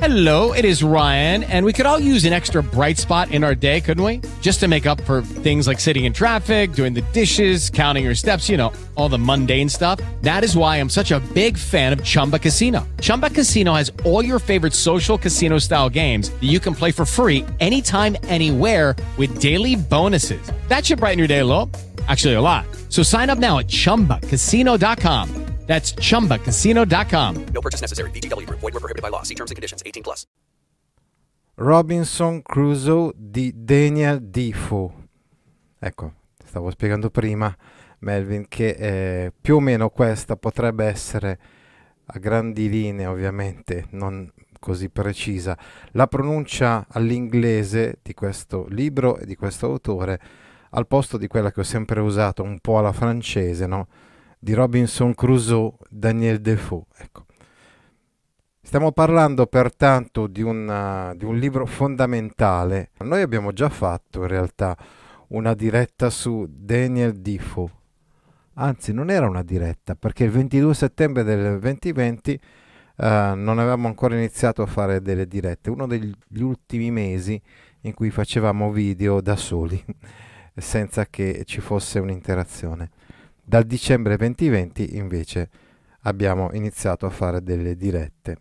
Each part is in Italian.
Hello, it is Ryan, and we could all use an extra bright spot in our day, couldn't we? Just to make up for things like sitting in traffic, doing the dishes, counting your steps, you know, all the mundane stuff. That is why I'm such a big fan of Chumba Casino. Chumba Casino has all your favorite social casino-style games that you can play for free anytime, anywhere with daily bonuses. That should brighten your day a little. Actually, a lot. So sign up now at ChumbaCasino.com. That's ChumbaCasino.com. No purchase necessary. VGW Group. Void where prohibited by law. See terms and conditions. 18+. Robinson Crusoe di Daniel Defoe. Ecco, stavo spiegando prima, Melvin, che più o meno questa potrebbe essere, a grandi linee ovviamente, non così precisa, la pronuncia all'inglese di questo libro e di questo autore, al posto di quella che ho sempre usato un po' alla francese, no? Di Robinson Crusoe, Daniel Defoe. Ecco. Stiamo parlando pertanto di un libro fondamentale. Noi abbiamo già fatto in realtà una diretta su Daniel Defoe. Anzi, non era una diretta, perché il 22 settembre del 2020 non avevamo ancora iniziato a fare delle dirette. Uno degli ultimi mesi in cui facevamo video da soli, senza che ci fosse un'interazione. Dal dicembre 2020 invece abbiamo iniziato a fare delle dirette.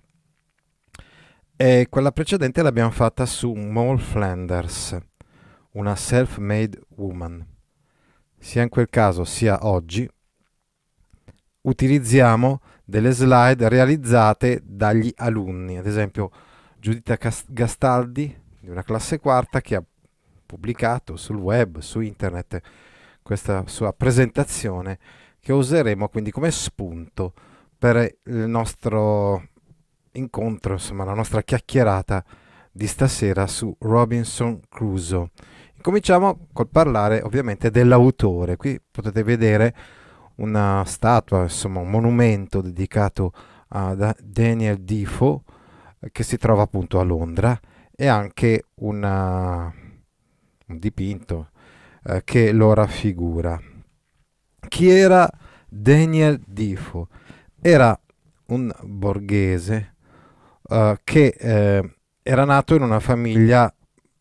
E quella precedente l'abbiamo fatta su Moll Flanders, una self-made woman. Sia in quel caso sia oggi utilizziamo delle slide realizzate dagli alunni. Ad esempio Giuditta Gastaldi di una classe quarta, che ha pubblicato sul web, su internet, questa sua presentazione, che useremo quindi come spunto per il nostro incontro, insomma la nostra chiacchierata di stasera su Robinson Crusoe. Cominciamo col parlare ovviamente dell'autore. Qui potete vedere una statua, insomma un monumento dedicato a Daniel Defoe, che si trova appunto a Londra, e anche un dipinto che lo raffigura. Chi era Daniel Defoe? Era un borghese che era nato in una famiglia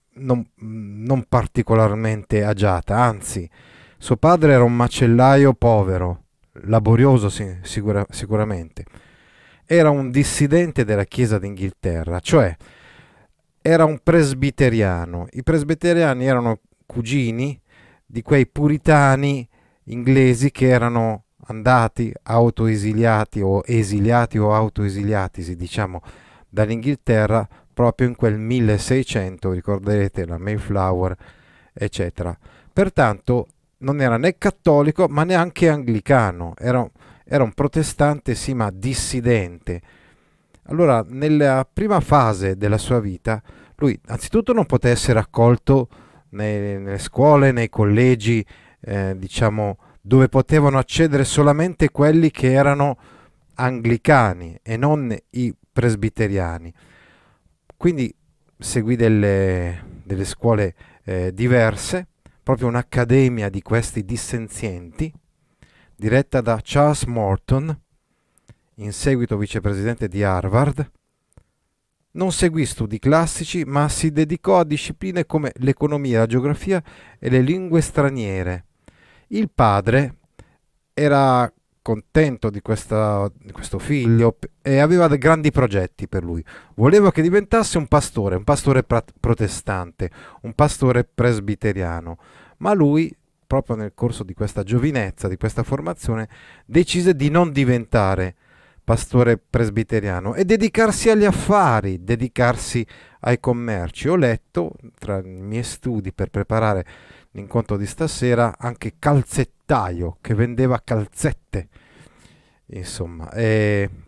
non particolarmente agiata, anzi suo padre era un macellaio povero, laborioso sicuramente. Era un dissidente della Chiesa d'Inghilterra, cioè era un presbiteriano. I presbiteriani erano cugini di quei puritani inglesi che erano andati autoesiliati o esiliati o autoesiliatisi, diciamo, dall'Inghilterra proprio in quel 1600, ricorderete la Mayflower, eccetera. Pertanto non era né cattolico ma neanche anglicano, era un protestante sì, ma dissidente. Allora, nella prima fase della sua vita, lui anzitutto non poté essere accolto nelle scuole, nei collegi, diciamo, dove potevano accedere solamente quelli che erano anglicani e non i presbiteriani. Quindi seguì delle scuole diverse, proprio un'accademia di questi dissenzienti, diretta da Charles Morton, in seguito vicepresidente di Harvard. Non seguì studi classici, ma si dedicò a discipline come l'economia, la geografia e le lingue straniere. Il padre era contento di questo figlio e aveva dei grandi progetti per lui. Voleva che diventasse un pastore protestante, un pastore presbiteriano, ma lui, proprio nel corso di questa giovinezza, di questa formazione, decise di non diventare pastore presbiteriano e dedicarsi agli affari, dedicarsi ai commerci. Ho letto, tra i miei studi per preparare l'incontro di stasera, anche calzettaio, che vendeva calzette, insomma, ebbe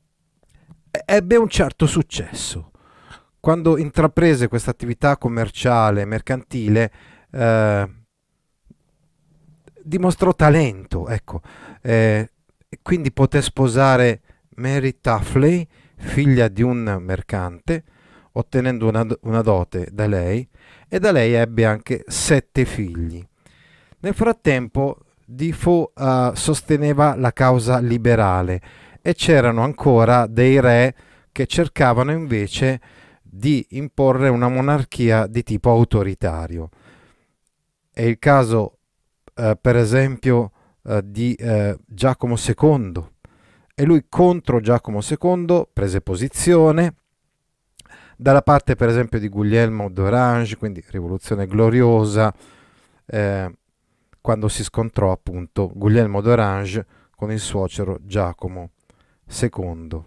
un certo successo. Quando intraprese questa attività commerciale, mercantile, dimostrò talento, ecco, quindi poté sposare Mary Tuffley, figlia di un mercante, ottenendo una dote da lei, e da lei ebbe anche 7 figli. Nel frattempo Defoe sosteneva la causa liberale e c'erano ancora dei re che cercavano invece di imporre una monarchia di tipo autoritario. È il caso, per esempio, di Giacomo II, e lui contro Giacomo II prese posizione dalla parte, per esempio, di Guglielmo d'Orange, quindi rivoluzione gloriosa, quando si scontrò appunto Guglielmo d'Orange con il suocero Giacomo II.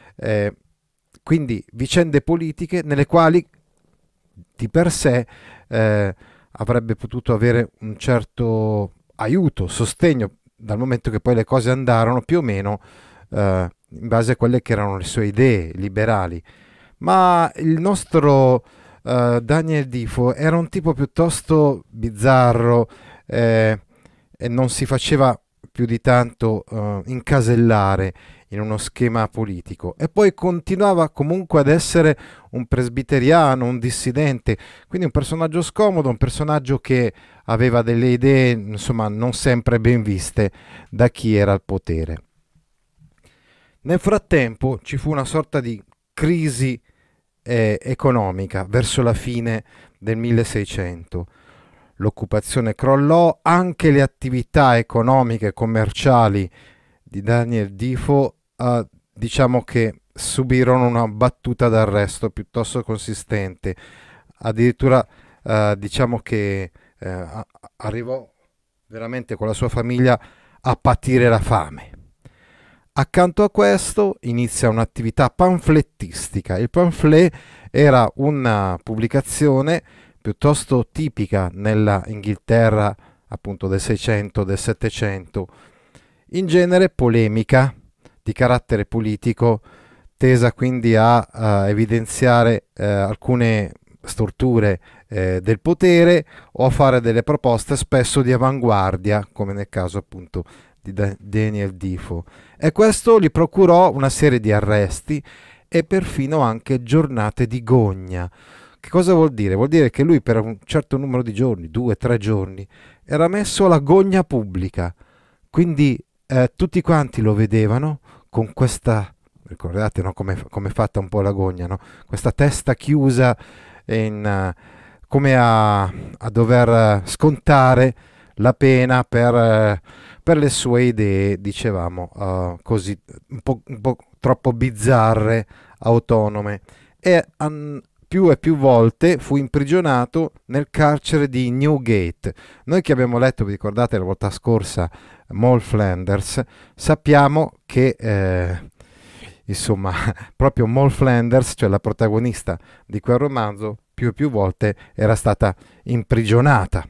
Quindi vicende politiche nelle quali di per sé avrebbe potuto avere un certo aiuto, sostegno, dal momento che poi le cose andarono più o meno in base a quelle che erano le sue idee liberali. Ma il nostro Daniel Defoe era un tipo piuttosto bizzarro, e non si faceva più di tanto incasellare in uno schema politico, e poi continuava comunque ad essere un presbiteriano, un dissidente, quindi un personaggio scomodo, un personaggio che aveva delle idee, insomma, non sempre ben viste da chi era al potere. Nel frattempo ci fu una sorta di crisi economica verso la fine del 1600. L'occupazione crollò, anche le attività economiche e commerciali di Daniel Defoe diciamo che subirono una battuta d'arresto piuttosto consistente. Addirittura diciamo che arrivò veramente con la sua famiglia a patire la fame. Accanto a questo inizia un'attività pamflettistica. Il pamphlet era una pubblicazione piuttosto tipica nella Inghilterra appunto del 600, del 700, in genere polemica di carattere politico, tesa quindi a evidenziare alcune storture del potere o a fare delle proposte spesso di avanguardia, come nel caso appunto di Daniel Defoe, e questo gli procurò una serie di arresti e perfino anche giornate di gogna. Che cosa vuol dire? Vuol dire che lui per un certo numero di giorni, 2-3 giorni, era messo alla gogna pubblica, quindi tutti quanti lo vedevano con questa, ricordate, no, come è fatta un po' la gogna, no? Questa testa chiusa come a dover scontare la pena per le sue idee, dicevamo, così un po' troppo bizzarre, autonome, e più e più volte fu imprigionato nel carcere di Newgate. Noi che abbiamo letto, vi ricordate la volta scorsa, Moll Flanders, sappiamo che insomma proprio Moll Flanders, cioè la protagonista di quel romanzo, più e più volte era stata imprigionata.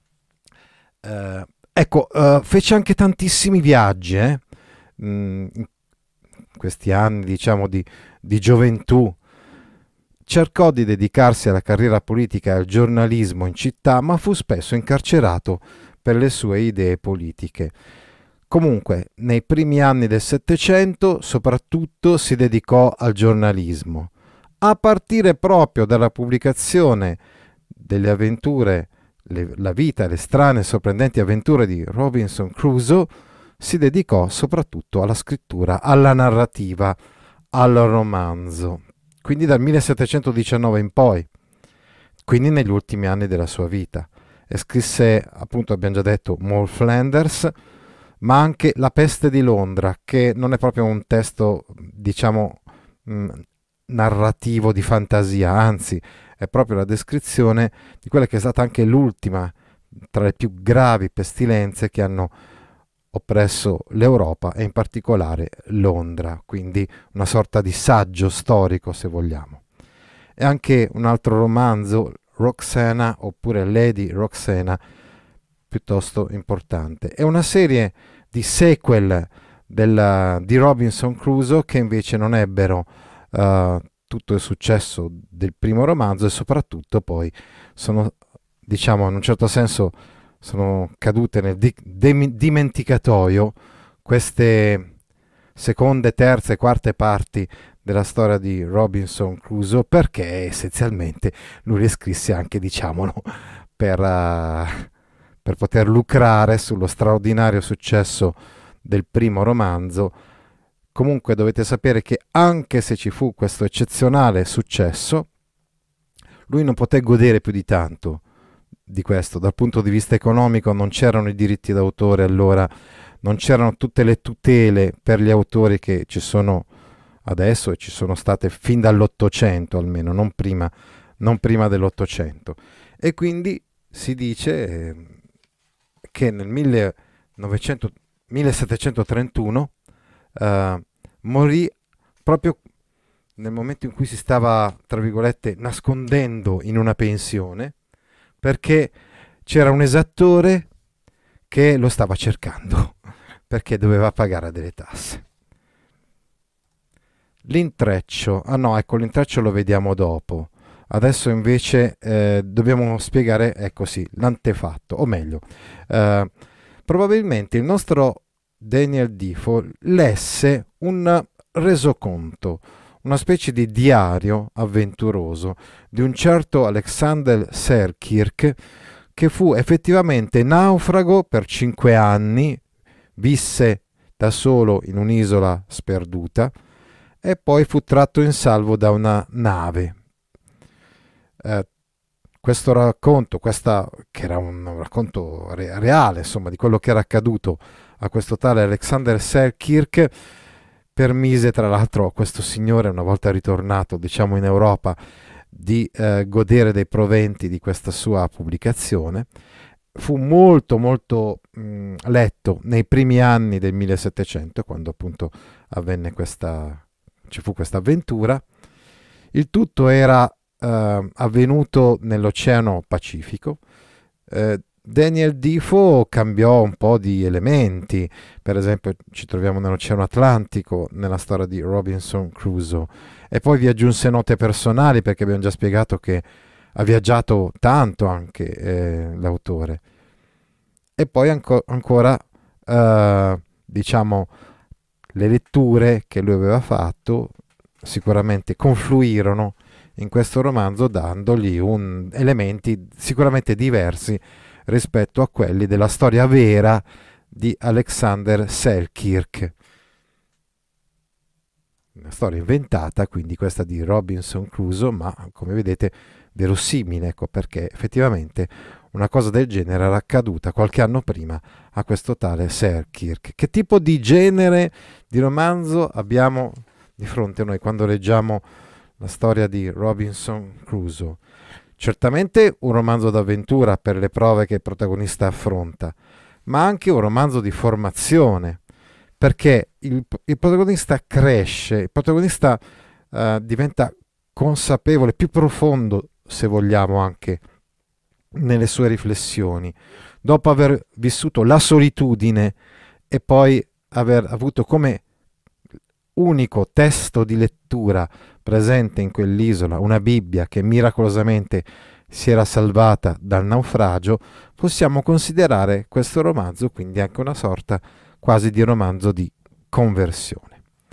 Ecco, fece anche tantissimi viaggi in questi anni, diciamo, di gioventù. Cercò di dedicarsi alla carriera politica e al giornalismo in città, ma fu spesso incarcerato per le sue idee politiche. Comunque, nei primi anni del Settecento, soprattutto si dedicò al giornalismo, a partire proprio dalla pubblicazione delle avventure, la vita e le strane e sorprendenti avventure di Robinson Crusoe. Si dedicò soprattutto alla scrittura, alla narrativa, al romanzo. Quindi dal 1719 in poi, quindi negli ultimi anni della sua vita. E scrisse, appunto, abbiamo già detto, Moll Flanders, ma anche La peste di Londra, che non è proprio un testo, diciamo, narrativo di fantasia, anzi è proprio la descrizione di quella che è stata anche l'ultima tra le più gravi pestilenze che hanno oppresso l'Europa e in particolare Londra, quindi una sorta di saggio storico, se vogliamo. E anche un altro romanzo, Roxana, oppure Lady Roxana, piuttosto importante. È una serie di sequel di Robinson Crusoe che invece non ebbero tutto il successo del primo romanzo, e soprattutto poi sono, diciamo, in un certo senso sono cadute nel dimenticatoio queste seconde, terze e quarte parti della storia di Robinson Crusoe, perché essenzialmente lui le scrisse anche, diciamolo, per poter lucrare sullo straordinario successo del primo romanzo, Comunque dovete sapere che anche se ci fu questo eccezionale successo, lui non poté godere più di tanto di questo. Dal punto di vista economico non c'erano i diritti d'autore allora, non c'erano tutte le tutele per gli autori che ci sono adesso e ci sono state fin dall'Ottocento almeno, non prima dell'Ottocento. E quindi si dice che nel 1731 morì proprio nel momento in cui si stava, tra virgolette, nascondendo in una pensione, perché c'era un esattore che lo stava cercando, perché doveva pagare delle tasse. L'intreccio, ecco, l'intreccio lo vediamo dopo. Adesso invece dobbiamo spiegare, ecco sì, l'antefatto, o meglio, probabilmente il nostro Daniel Defoe lesse un resoconto, una specie di diario avventuroso di un certo Alexander Selkirk, che fu effettivamente naufrago per 5 anni, visse da solo in un'isola sperduta e poi fu tratto in salvo da una nave. Questo racconto, che era un racconto reale, insomma, di quello che era accaduto a questo tale Alexander Selkirk, permise tra l'altro a questo signore, una volta ritornato, diciamo, in Europa, di godere dei proventi di questa sua pubblicazione. Fu molto molto letto nei primi anni del 1700, quando appunto ci fu questa avventura. Il tutto era avvenuto nell'Oceano Pacifico. Daniel Defoe cambiò un po' di elementi, per esempio ci troviamo nell'Oceano Atlantico nella storia di Robinson Crusoe, e poi vi aggiunse note personali, perché abbiamo già spiegato che ha viaggiato tanto anche l'autore. E poi ancora diciamo, le letture che lui aveva fatto sicuramente confluirono in questo romanzo, dandogli elementi sicuramente diversi rispetto a quelli della storia vera di Alexander Selkirk. Una storia inventata, quindi questa di Robinson Crusoe, ma come vedete verosimile, ecco, perché effettivamente una cosa del genere era accaduta qualche anno prima a questo tale Selkirk. Che tipo di genere di romanzo abbiamo di fronte a noi quando leggiamo la storia di Robinson Crusoe? Certamente un romanzo d'avventura per le prove che il protagonista affronta, ma anche un romanzo di formazione, perché il protagonista cresce, il protagonista diventa consapevole, più profondo, se vogliamo, anche nelle sue riflessioni, dopo aver vissuto la solitudine e poi aver avuto come unico testo di lettura presente in quell'isola una Bibbia che miracolosamente si era salvata dal naufragio. Possiamo considerare questo romanzo quindi anche una sorta quasi di romanzo di conversione.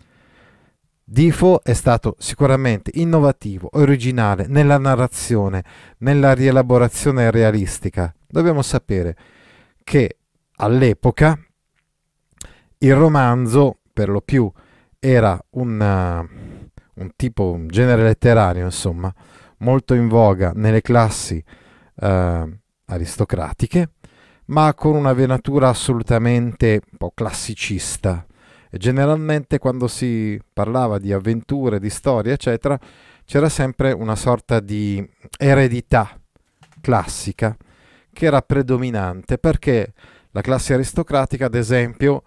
Defoe è stato sicuramente innovativo, originale nella narrazione, nella rielaborazione realistica. Dobbiamo sapere che all'epoca il romanzo, per lo più, era un genere letterario, insomma, molto in voga nelle classi aristocratiche, ma con una venatura assolutamente un po' classicista. E generalmente quando si parlava di avventure, di storie, eccetera, c'era sempre una sorta di eredità classica che era predominante, perché la classe aristocratica, ad esempio,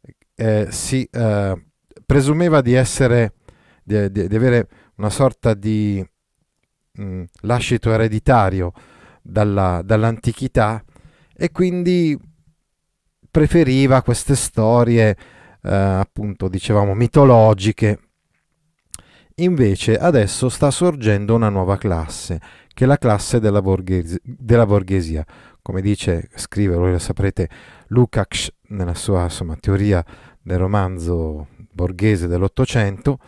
si presumeva di avere una sorta di lascito ereditario dall'antichità, e quindi preferiva queste storie appunto, dicevamo, mitologiche. Invece adesso sta sorgendo una nuova classe, che è la classe della borghesia. Come scrive, voi lo saprete, Lukács nella sua, insomma, teoria del romanzo borghese dell'Ottocento,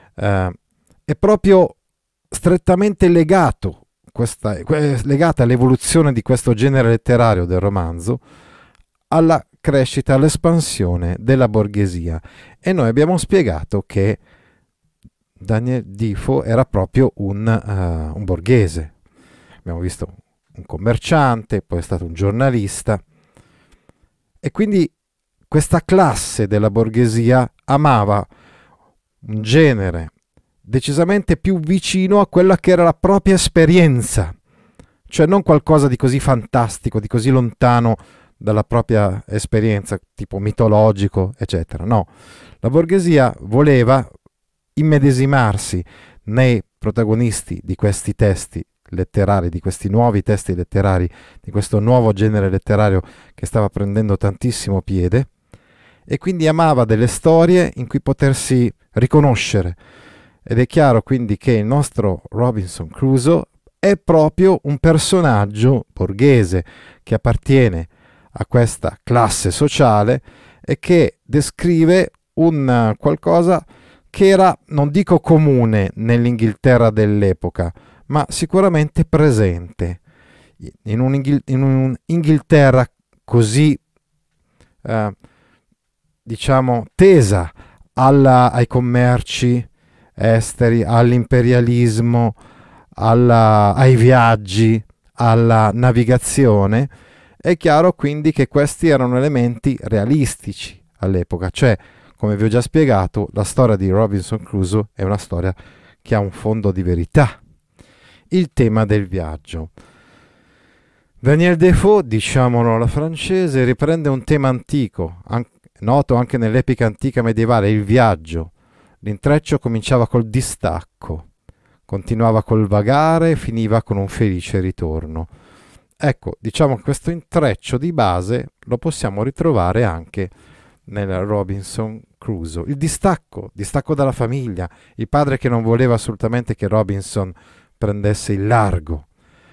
è proprio strettamente legata all'evoluzione di questo genere letterario del romanzo alla crescita, all'espansione della borghesia. E noi abbiamo spiegato che Daniel Defoe era proprio un borghese. Abbiamo visto un commerciante, poi è stato un giornalista, e quindi questa classe della borghesia amava un genere decisamente più vicino a quella che era la propria esperienza, cioè non qualcosa di così fantastico, di così lontano dalla propria esperienza, tipo mitologico, eccetera. No, la borghesia voleva immedesimarsi nei protagonisti di questi testi letterari, di questi nuovi testi letterari, di questo nuovo genere letterario che stava prendendo tantissimo piede, e quindi amava delle storie in cui potersi riconoscere. Ed è chiaro quindi che il nostro Robinson Crusoe è proprio un personaggio borghese che appartiene a questa classe sociale e che descrive un qualcosa che era, non dico comune nell'Inghilterra dell'epoca, ma sicuramente presente in un'Inghilterra così diciamo tesa ai commerci esteri, all'imperialismo, ai viaggi, alla navigazione. È chiaro quindi che questi erano elementi realistici all'epoca, cioè, come vi ho già spiegato, la storia di Robinson Crusoe è una storia che ha un fondo di verità. Il tema del viaggio. Daniel Defoe, diciamolo alla francese, riprende un tema antico, noto anche nell'epica antica medievale, il viaggio. L'intreccio cominciava col distacco, continuava col vagare e finiva con un felice ritorno. Ecco, diciamo che questo intreccio di base lo possiamo ritrovare anche nel Robinson Crusoe. Il distacco dalla famiglia, il padre che non voleva assolutamente che Robinson prendesse il largo,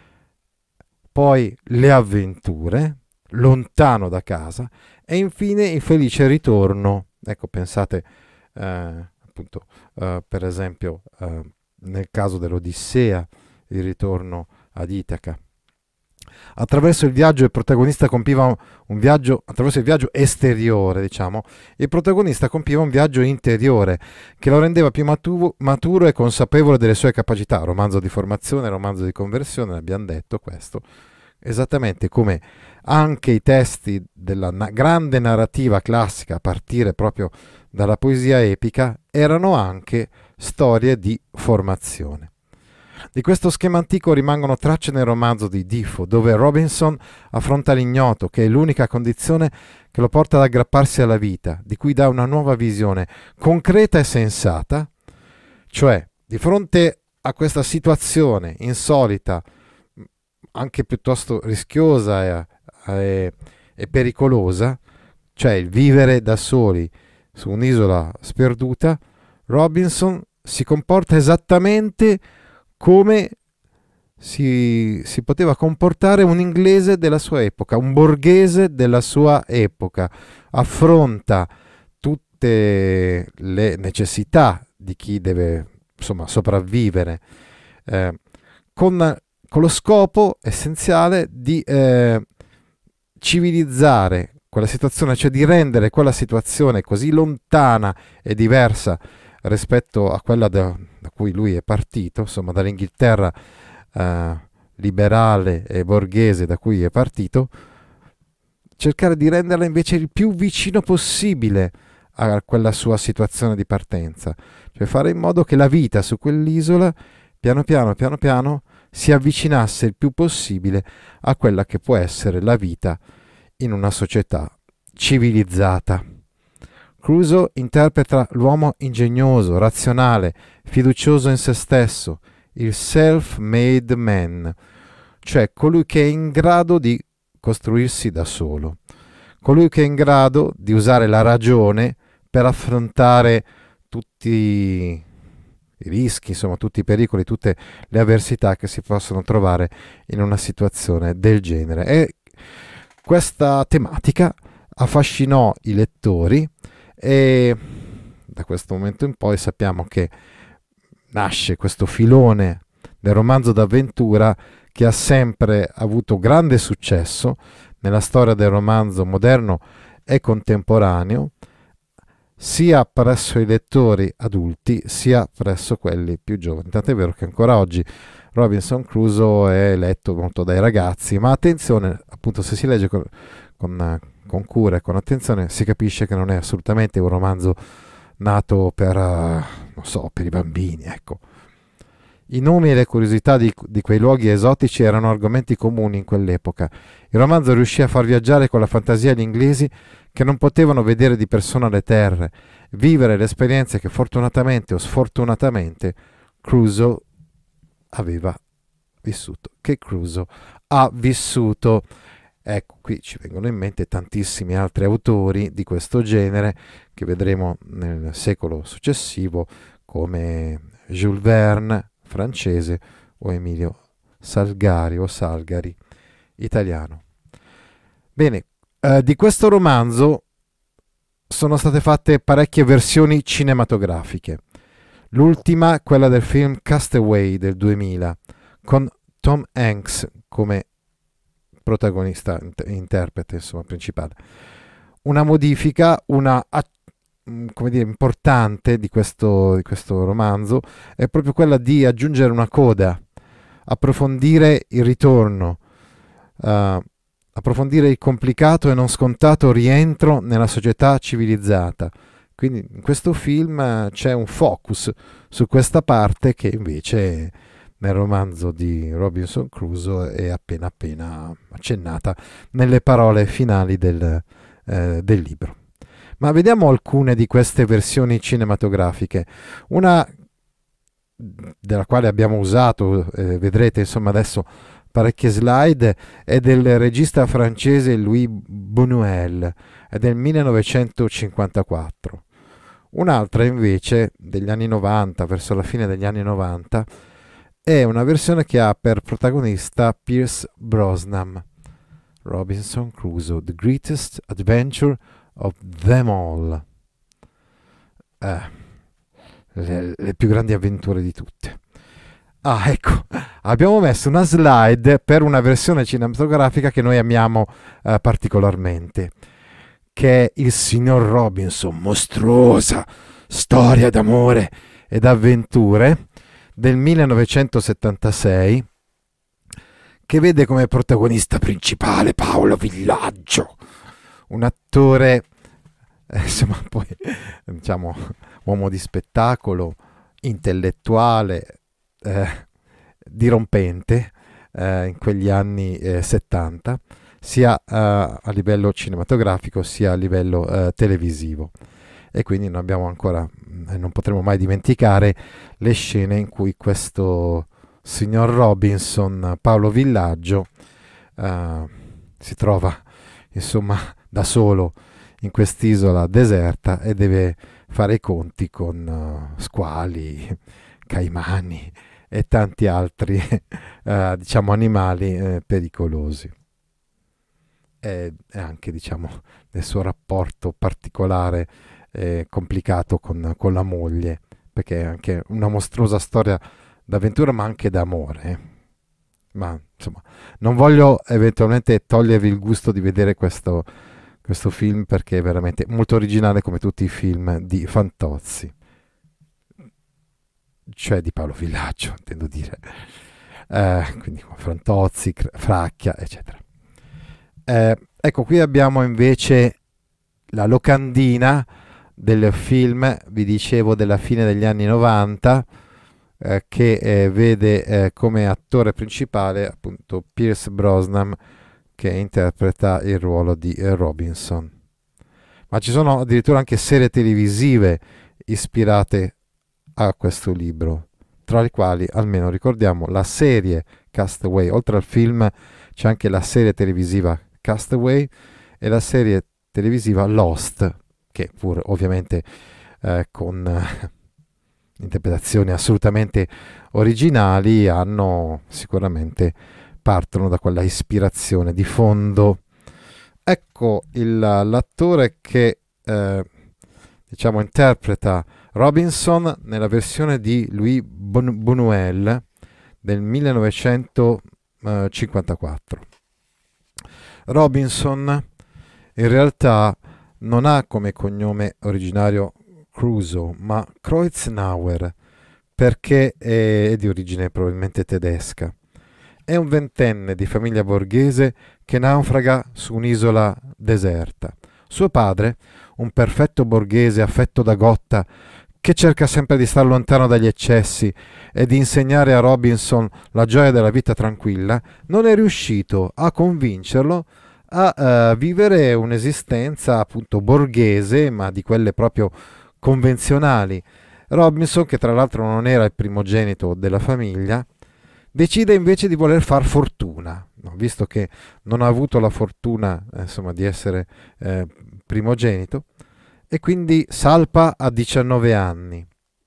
poi le avventure, lontano da casa, e infine il felice ritorno. Ecco, pensate appunto per esempio nel caso dell'Odissea, il ritorno ad Itaca. Attraverso il viaggio il protagonista compiva un viaggio, attraverso il viaggio esteriore, diciamo, il protagonista compiva un viaggio interiore che lo rendeva più maturo e consapevole delle sue capacità. Romanzo di formazione, romanzo di conversione, abbiamo detto questo, esattamente come anche i testi della grande narrativa classica, a partire proprio dalla poesia epica, erano anche storie di formazione. Di questo schema antico rimangono tracce nel romanzo di Defoe, dove Robinson affronta l'ignoto, che è l'unica condizione che lo porta ad aggrapparsi alla vita, di cui dà una nuova visione concreta e sensata, cioè di fronte a questa situazione insolita, anche piuttosto rischiosa e pericolosa, cioè il vivere da soli su un'isola sperduta, Robinson si comporta esattamente come si poteva comportare un inglese della sua epoca, un borghese della sua epoca. Affronta tutte le necessità di chi deve, insomma, sopravvivere, con lo scopo essenziale di civilizzare quella situazione, cioè di rendere quella situazione così lontana e diversa rispetto a quella da cui lui è partito, insomma dall'Inghilterra liberale e borghese da cui è partito, cercare di renderla invece il più vicino possibile a quella sua situazione di partenza, cioè fare in modo che la vita su quell'isola piano piano si avvicinasse il più possibile a quella che può essere la vita in una società civilizzata. Crusoe interpreta l'uomo ingegnoso, razionale, fiducioso in se stesso, il self-made man, cioè colui che è in grado di costruirsi da solo, colui che è in grado di usare la ragione per affrontare tutti i rischi, insomma tutti i pericoli, tutte le avversità che si possono trovare in una situazione del genere. E questa tematica affascinò i lettori, e da questo momento in poi sappiamo che nasce questo filone del romanzo d'avventura che ha sempre avuto grande successo nella storia del romanzo moderno. è contemporaneo sia presso i lettori adulti sia presso quelli più giovani. Tant'è vero che ancora oggi Robinson Crusoe è letto molto dai ragazzi, ma attenzione, appunto, se si legge con cura e con attenzione si capisce che non è assolutamente un romanzo nato per, non so, per i bambini, ecco. I nomi e le curiosità di quei luoghi esotici erano argomenti comuni in quell'epoca. Il romanzo riuscì a far viaggiare con la fantasia gli inglesi che non potevano vedere di persona le terre, vivere le esperienze che fortunatamente o sfortunatamente Crusoe aveva vissuto, che Crusoe ha vissuto. Ecco, qui ci vengono in mente tantissimi altri autori di questo genere che vedremo nel secolo successivo, come Jules Verne, francese, o Emilio Salgari o Salgari, italiano. Bene, di questo romanzo sono state fatte parecchie versioni cinematografiche. L'ultima, quella del film Castaway del 2000, con Tom Hanks come protagonista, interprete, insomma, principale. Una modifica, come dire, importante di questo romanzo è proprio quella di aggiungere una coda, approfondire il ritorno, approfondire il complicato e non scontato rientro nella società civilizzata. Quindi in questo film c'è un focus su questa parte che invece nel romanzo di Robinson Crusoe è appena accennata nelle parole finali del libro. Ma vediamo alcune di queste versioni cinematografiche. Una della quale abbiamo usato, vedrete insomma adesso parecchie slide, è del regista francese Louis Buñuel, è del 1954. Un'altra invece degli anni 90, verso la fine degli anni 90, è una versione che ha per protagonista Pierce Brosnan. Robinson Crusoe, The Greatest Adventure of Them All. Le più grandi avventure di tutte. Ah, ecco, abbiamo messo una slide per una versione cinematografica che noi amiamo particolarmente, che è Il signor Robinson, mostruosa storia d'amore ed avventure del 1976, che vede come protagonista principale Paolo Villaggio, un attore insomma, poi diciamo uomo di spettacolo, intellettuale, dirompente in quegli anni 70, sia a livello cinematografico sia a livello televisivo. E quindi non abbiamo ancora, non potremo mai dimenticare le scene in cui questo signor Robinson, Paolo Villaggio, si trova insomma da solo in quest'isola deserta e deve fare i conti con squali, caimani e tanti altri diciamo animali pericolosi. E anche diciamo nel suo rapporto particolare complicato con la moglie, perché è anche una mostruosa storia d'avventura ma anche d'amore. Ma insomma non voglio eventualmente togliervi il gusto di vedere questo film, perché è veramente molto originale come tutti i film di Fantozzi, cioè di Paolo Villaggio intendo dire, quindi Fantozzi, Fracchia eccetera. Ecco, qui abbiamo invece la locandina del film, vi dicevo, della fine degli anni 90, che vede come attore principale appunto Pierce Brosnan, che interpreta il ruolo di Robinson. Ma ci sono addirittura anche serie televisive ispirate a questo libro, tra le quali almeno ricordiamo la serie Castaway. Oltre al film c'è anche la serie televisiva Castaway e la serie televisiva Lost, che pur ovviamente con interpretazioni assolutamente originali partono da quella ispirazione di fondo. Ecco l'attore che diciamo interpreta Robinson nella versione di Louis Buñuel del 1954. Robinson in realtà non ha come cognome originario Crusoe, ma Kreuznauer, perché è di origine probabilmente tedesca. È un ventenne di famiglia borghese che naufraga su un'isola deserta. Suo padre, un perfetto borghese affetto da gotta, che cerca sempre di star lontano dagli eccessi e di insegnare a Robinson la gioia della vita tranquilla, non è riuscito a convincerlo a vivere un'esistenza appunto borghese, ma di quelle proprio convenzionali. Robinson, che tra l'altro non era il primogenito della famiglia, decide invece di voler far fortuna, no? Visto che non ha avuto la fortuna insomma, di essere primogenito, e quindi salpa a 19 anni.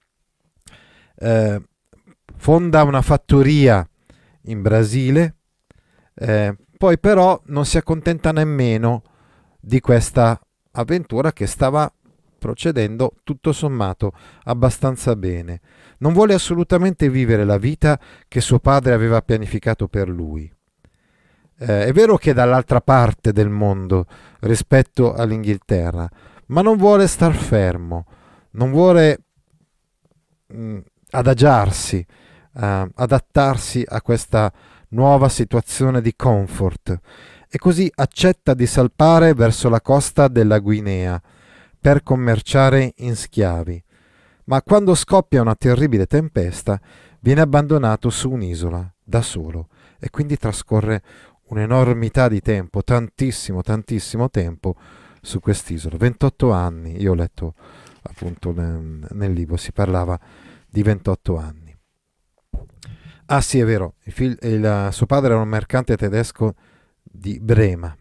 Fonda una fattoria in Brasile, poi però non si accontenta nemmeno di questa avventura che stava procedendo tutto sommato abbastanza bene. Non vuole assolutamente vivere la vita che suo padre aveva pianificato per lui. È vero che è dall'altra parte del mondo rispetto all'Inghilterra, ma non vuole star fermo, non vuole adagiarsi, adattarsi a questa nuova situazione di comfort, e così accetta di salpare verso la costa della Guinea per commerciare in schiavi. Ma quando scoppia una terribile tempesta, viene abbandonato su un'isola da solo, e quindi trascorre un'enormità di tempo, tantissimo tempo su quest'isola. 28 anni, io ho letto appunto nel libro, si parlava di 28 anni. Ah sì, è vero, suo padre era un mercante tedesco di Brema.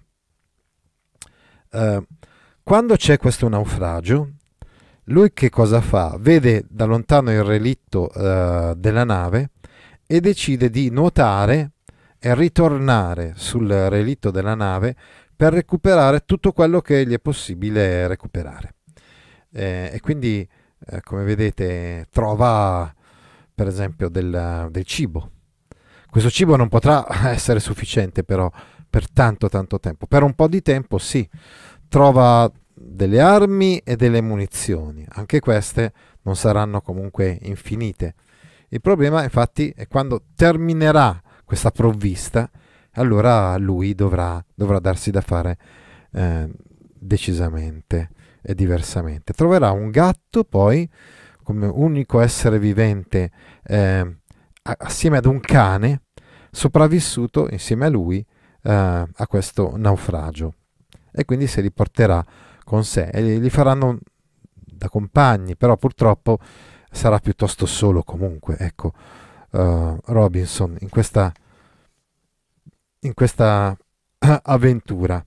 Quando c'è questo naufragio, lui che cosa fa? Vede da lontano il relitto della nave e decide di nuotare e ritornare sul relitto della nave per recuperare tutto quello che gli è possibile recuperare. E quindi, come vedete, trova per esempio del cibo. Questo cibo non potrà essere sufficiente però per tanto tempo. Per un po' di tempo sì, trova delle armi e delle munizioni. Anche queste non saranno comunque infinite. Il problema infatti è quando terminerà questa provvista, allora lui dovrà darsi da fare decisamente e diversamente. Troverà un gatto poi come unico essere vivente assieme ad un cane sopravvissuto insieme a lui a questo naufragio, e quindi se li porterà con sé e li faranno da compagni, però purtroppo sarà piuttosto solo comunque, ecco, Robinson in questa avventura.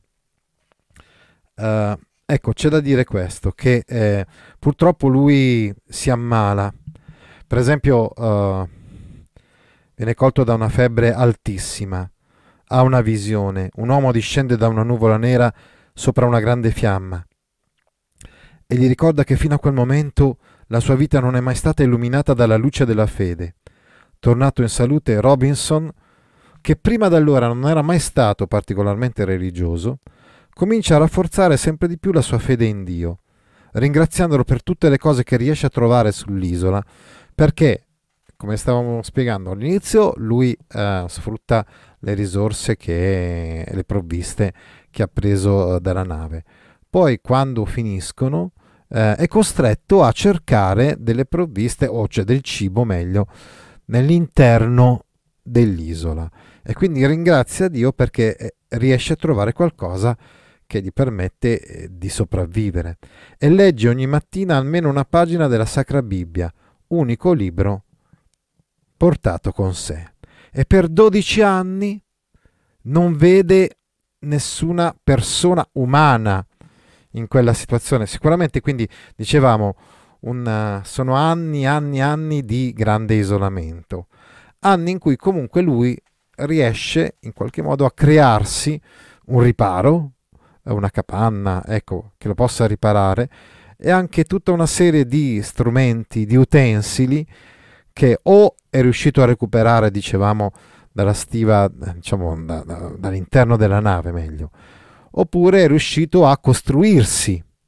Ecco, c'è da dire questo, che purtroppo lui si ammala. Per esempio, viene colto da una febbre altissima, ha una visione, un uomo discende da una nuvola nera sopra una grande fiamma e gli ricorda che fino a quel momento la sua vita non è mai stata illuminata dalla luce della fede. Tornato in salute, Robinson, che prima d'allora non era mai stato particolarmente religioso, comincia a rafforzare sempre di più la sua fede in Dio, ringraziandolo per tutte le cose che riesce a trovare sull'isola, perché, come stavamo spiegando all'inizio, lui sfrutta le risorse le provviste che ha preso dalla nave. Poi, quando finiscono, è costretto a cercare delle provviste, o cioè del cibo meglio, nell'interno dell'isola. E quindi ringrazia Dio perché riesce a trovare qualcosa che gli permette di sopravvivere. E legge ogni mattina almeno una pagina della Sacra Bibbia, unico libro portato con sé. E per 12 anni non vede nessuna persona umana in quella situazione. Sicuramente, quindi, dicevamo, sono anni di grande isolamento. Anni in cui comunque lui riesce in qualche modo a crearsi un riparo, una capanna, ecco, che lo possa riparare, e anche tutta una serie di strumenti, di utensili che o è riuscito a recuperare, dicevamo, dalla stiva, diciamo, dall'interno della nave meglio, oppure è riuscito a costruirsi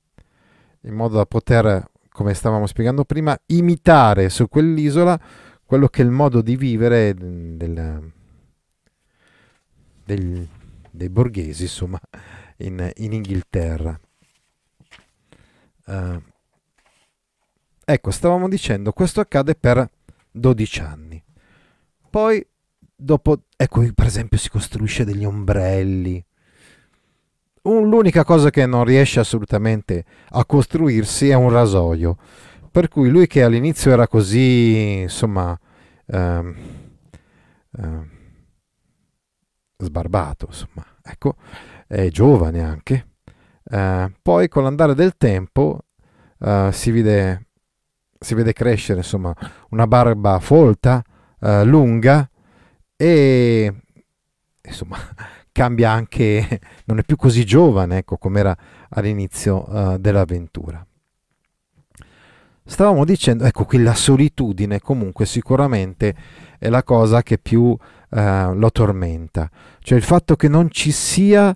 in modo da poter, come stavamo spiegando prima, imitare su quell'isola quello che è il modo di vivere dei borghesi, insomma, in Inghilterra. Ecco, stavamo dicendo, questo accade per 12 anni. Poi, dopo, ecco, per esempio, si costruisce degli ombrelli. L'unica cosa che non riesce assolutamente a costruirsi è un rasoio. Per cui lui, che all'inizio era così, insomma, ehm, ehm, sbarbato, insomma, ecco, è giovane anche. Poi con l'andare del tempo si vede crescere, insomma, una barba folta, lunga, e insomma cambia anche, non è più così giovane, ecco, come era all'inizio dell'avventura. Stavamo dicendo, ecco, qui la solitudine comunque sicuramente è la cosa che più lo tormenta, cioè il fatto che non ci sia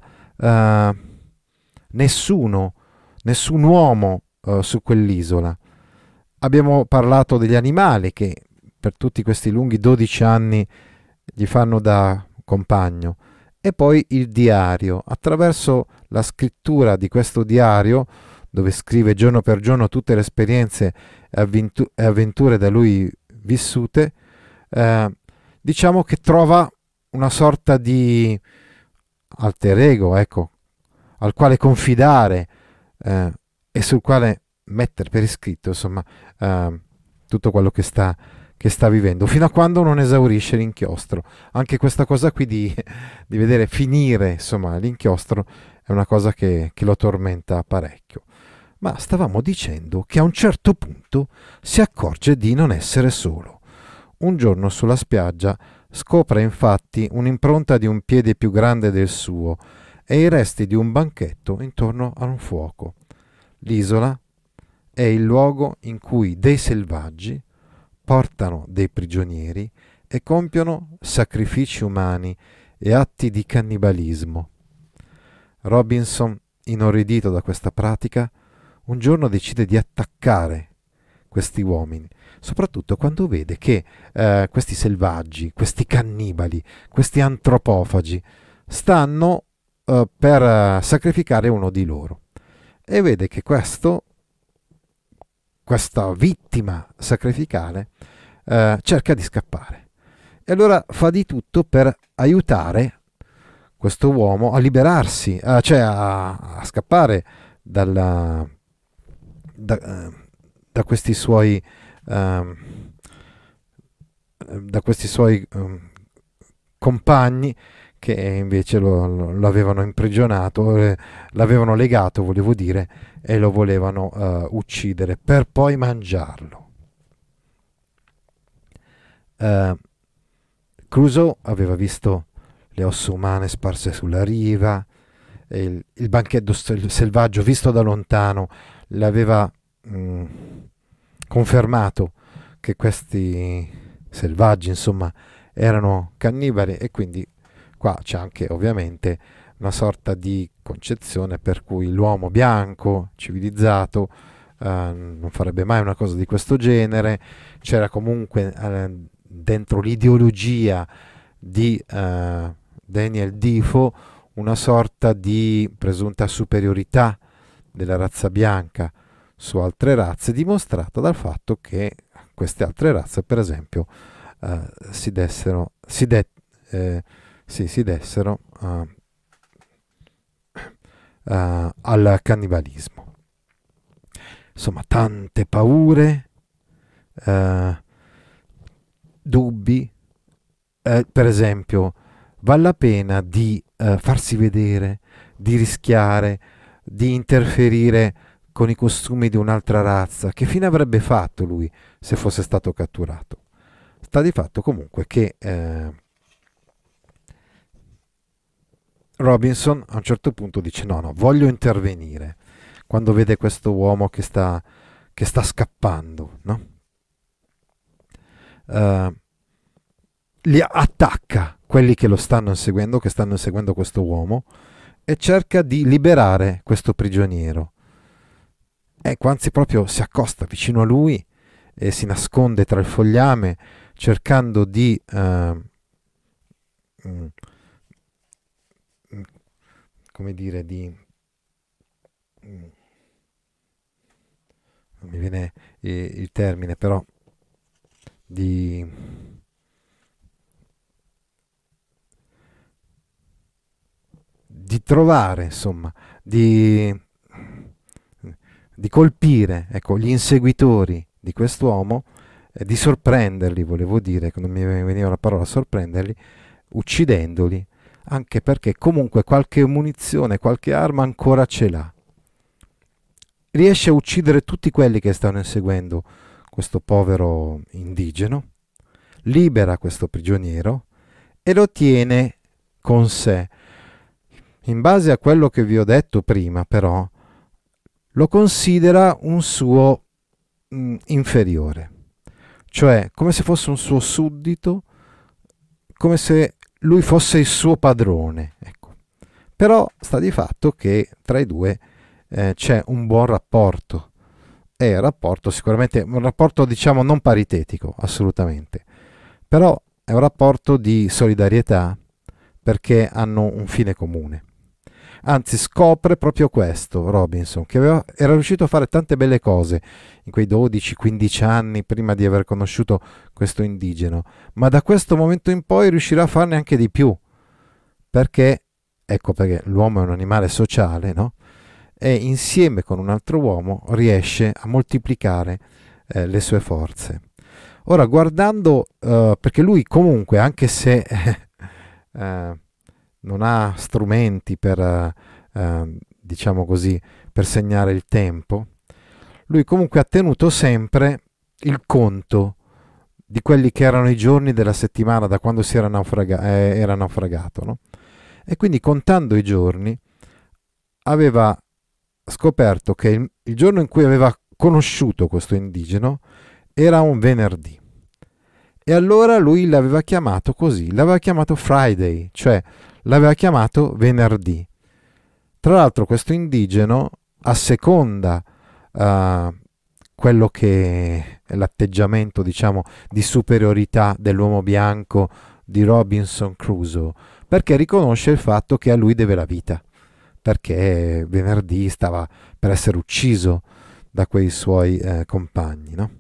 nessun uomo su quell'isola. Abbiamo parlato degli animali che per tutti questi lunghi 12 anni gli fanno da compagno, e poi il diario. Attraverso la scrittura di questo diario, dove scrive giorno per giorno tutte le esperienze e avventure da lui vissute, diciamo che trova una sorta di alter ego, ecco, al quale confidare, e sul quale mettere per iscritto, insomma, tutto quello che sta vivendo, fino a quando non esaurisce l'inchiostro. Anche questa cosa qui di vedere finire, insomma, l'inchiostro è una cosa che lo tormenta parecchio. Ma stavamo dicendo che a un certo punto si accorge di non essere solo. Un giorno sulla spiaggia scopre infatti un'impronta di un piede più grande del suo e i resti di un banchetto intorno a un fuoco. L'isola è il luogo in cui dei selvaggi portano dei prigionieri e compiono sacrifici umani e atti di cannibalismo. Robinson, inorridito da questa pratica, un giorno decide di attaccare questi uomini, soprattutto quando vede che questi selvaggi, questi cannibali, questi antropofagi stanno per sacrificare uno di loro, e vede che questa vittima sacrificale cerca di scappare, e allora fa di tutto per aiutare questo uomo a liberarsi, cioè a scappare da questi suoi compagni, che invece lo avevano imprigionato, l'avevano legato, volevo dire, e lo volevano uccidere per poi mangiarlo. Crusoe aveva visto le ossa umane sparse sulla riva, e il banchetto selvaggio visto da lontano le aveva confermato che questi selvaggi, insomma, erano cannibali, e quindi qua c'è anche ovviamente una sorta di concezione per cui l'uomo bianco, civilizzato, non farebbe mai una cosa di questo genere. C'era comunque dentro l'ideologia di Daniel Defoe una sorta di presunta superiorità della razza bianca su altre razze, dimostrata dal fatto che queste altre razze, per esempio, si dessero al cannibalismo. Insomma, tante paure, dubbi. Per esempio, vale la pena di farsi vedere, di rischiare, di interferire con i costumi di un'altra razza? Che fine avrebbe fatto lui se fosse stato catturato? Sta di fatto comunque che Robinson a un certo punto dice no, voglio intervenire, quando vede questo uomo che sta scappando, no? Li attacca quelli che lo stanno inseguendo, che stanno inseguendo questo uomo, e cerca di liberare questo prigioniero. Ecco, anzi proprio si accosta vicino a lui e si nasconde tra il fogliame cercando di mm, come dire, non mi viene il termine, però di, di trovare, insomma, di colpire, ecco, gli inseguitori di quest'uomo, di sorprenderli, volevo dire, che non mi veniva la parola sorprenderli, uccidendoli, anche perché comunque qualche munizione, qualche arma ancora ce l'ha. Riesce a uccidere tutti quelli che stanno inseguendo questo povero indigeno, libera questo prigioniero e lo tiene con sé. In base a quello che vi ho detto prima, però, lo considera un suo inferiore, cioè come se fosse un suo suddito, come se lui fosse il suo padrone. Ecco. Però sta di fatto che tra i due c'è un buon rapporto. È un rapporto sicuramente, un rapporto diciamo non paritetico, assolutamente, però è un rapporto di solidarietà perché hanno un fine comune. Anzi, scopre proprio questo Robinson, che era riuscito a fare tante belle cose in quei 12-15 anni prima di aver conosciuto questo indigeno, ma da questo momento in poi riuscirà a farne anche di più, perché, ecco perché l'uomo è un animale sociale, no? E insieme con un altro uomo riesce a moltiplicare le sue forze. Ora, guardando, perché lui comunque, anche se non ha strumenti per, diciamo così, per segnare il tempo, lui comunque ha tenuto sempre il conto di quelli che erano i giorni della settimana da quando si era, era naufragato, no? E quindi contando i giorni aveva scoperto che il giorno in cui aveva conosciuto questo indigeno era un venerdì. E allora lui l'aveva chiamato così, l'aveva chiamato Friday, cioè l'aveva chiamato venerdì. Tra l'altro questo indigeno asseconda quello che è l'atteggiamento, diciamo, di superiorità dell'uomo bianco di Robinson Crusoe, perché riconosce il fatto che a lui deve la vita, perché venerdì stava per essere ucciso da quei suoi compagni, no?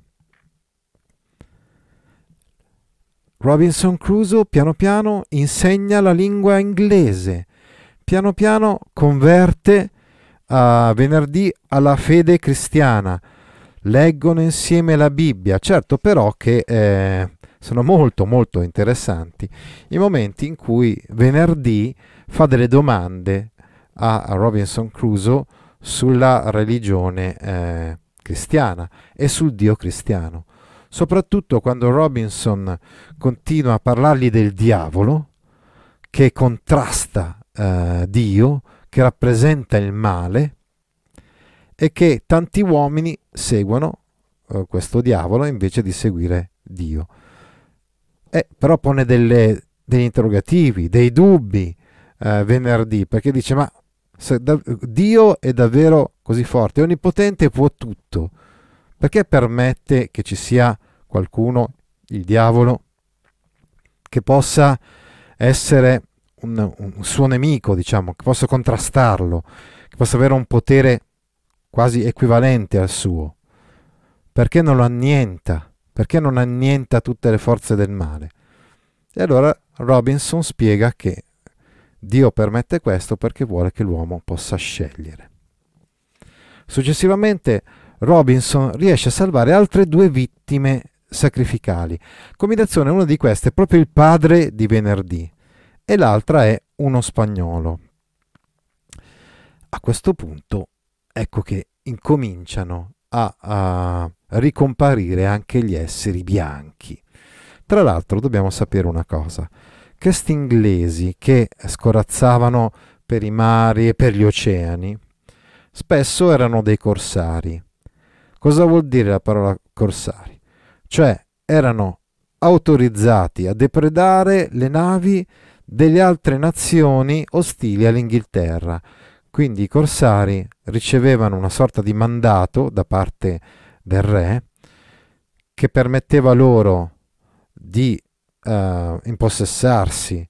Robinson Crusoe piano piano insegna la lingua inglese, piano piano converte a venerdì alla fede cristiana, leggono insieme la Bibbia, certo però che sono molto molto interessanti i momenti in cui venerdì fa delle domande a Robinson Crusoe sulla religione cristiana e sul Dio cristiano. Soprattutto quando Robinson continua a parlargli del diavolo, che contrasta Dio, che rappresenta il male, e che tanti uomini seguono questo diavolo invece di seguire Dio. Però pone degli interrogativi, dei dubbi venerdì, perché dice: ma se Dio è davvero così forte, è onnipotente e può tutto, perché permette che ci sia qualcuno, il diavolo, che possa essere un suo nemico, diciamo, che possa contrastarlo, che possa avere un potere quasi equivalente al suo? Perché non lo annienta? Perché non annienta tutte le forze del male? E allora Robinson spiega che Dio permette questo perché vuole che l'uomo possa scegliere. Successivamente Robinson riesce a salvare altre 2 vittime sacrificali. Combinazione, una di queste è proprio il padre di venerdì e l'altra è uno spagnolo. A questo punto ecco che incominciano a ricomparire anche gli esseri bianchi. Tra l'altro dobbiamo sapere una cosa: questi inglesi che scorazzavano per i mari e per gli oceani spesso erano dei corsari. Cosa vuol dire la parola corsari? Cioè erano autorizzati a depredare le navi delle altre nazioni ostili all'Inghilterra. Quindi i corsari ricevevano una sorta di mandato da parte del re che permetteva loro di impossessarsi